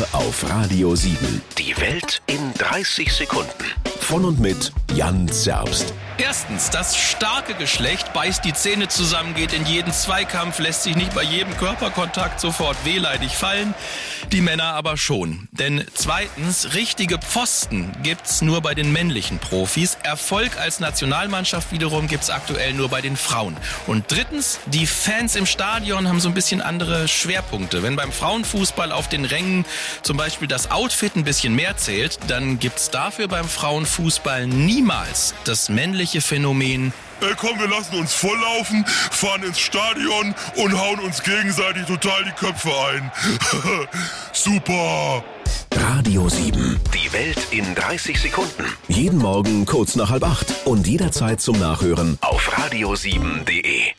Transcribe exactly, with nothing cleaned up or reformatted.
auf Radio sieben. Die Welt in dreißig Sekunden. Von und mit Jan Zerbst. Erstens, das starke Geschlecht beißt die Zähne zusammen, geht in jeden Zweikampf, lässt sich nicht bei jedem Körperkontakt sofort wehleidig fallen, die Männer aber schon. Denn zweitens, richtige Pfosten gibt's nur bei den männlichen Profis, Erfolg als Nationalmannschaft wiederum gibt's aktuell nur bei den Frauen. Und drittens, die Fans im Stadion haben so ein bisschen andere Schwerpunkte. Wenn beim Frauenfußball auf den Rängen zum Beispiel das Outfit ein bisschen mehr zählt, dann gibt's dafür beim Frauenfußball niemals das männliche Phänomen. Ey, komm, wir lassen uns volllaufen, fahren ins Stadion und hauen uns gegenseitig total die Köpfe ein. Super! Radio sieben. Die Welt in dreißig Sekunden. Jeden Morgen kurz nach halb acht und jederzeit zum Nachhören Auf radio sieben punkt de.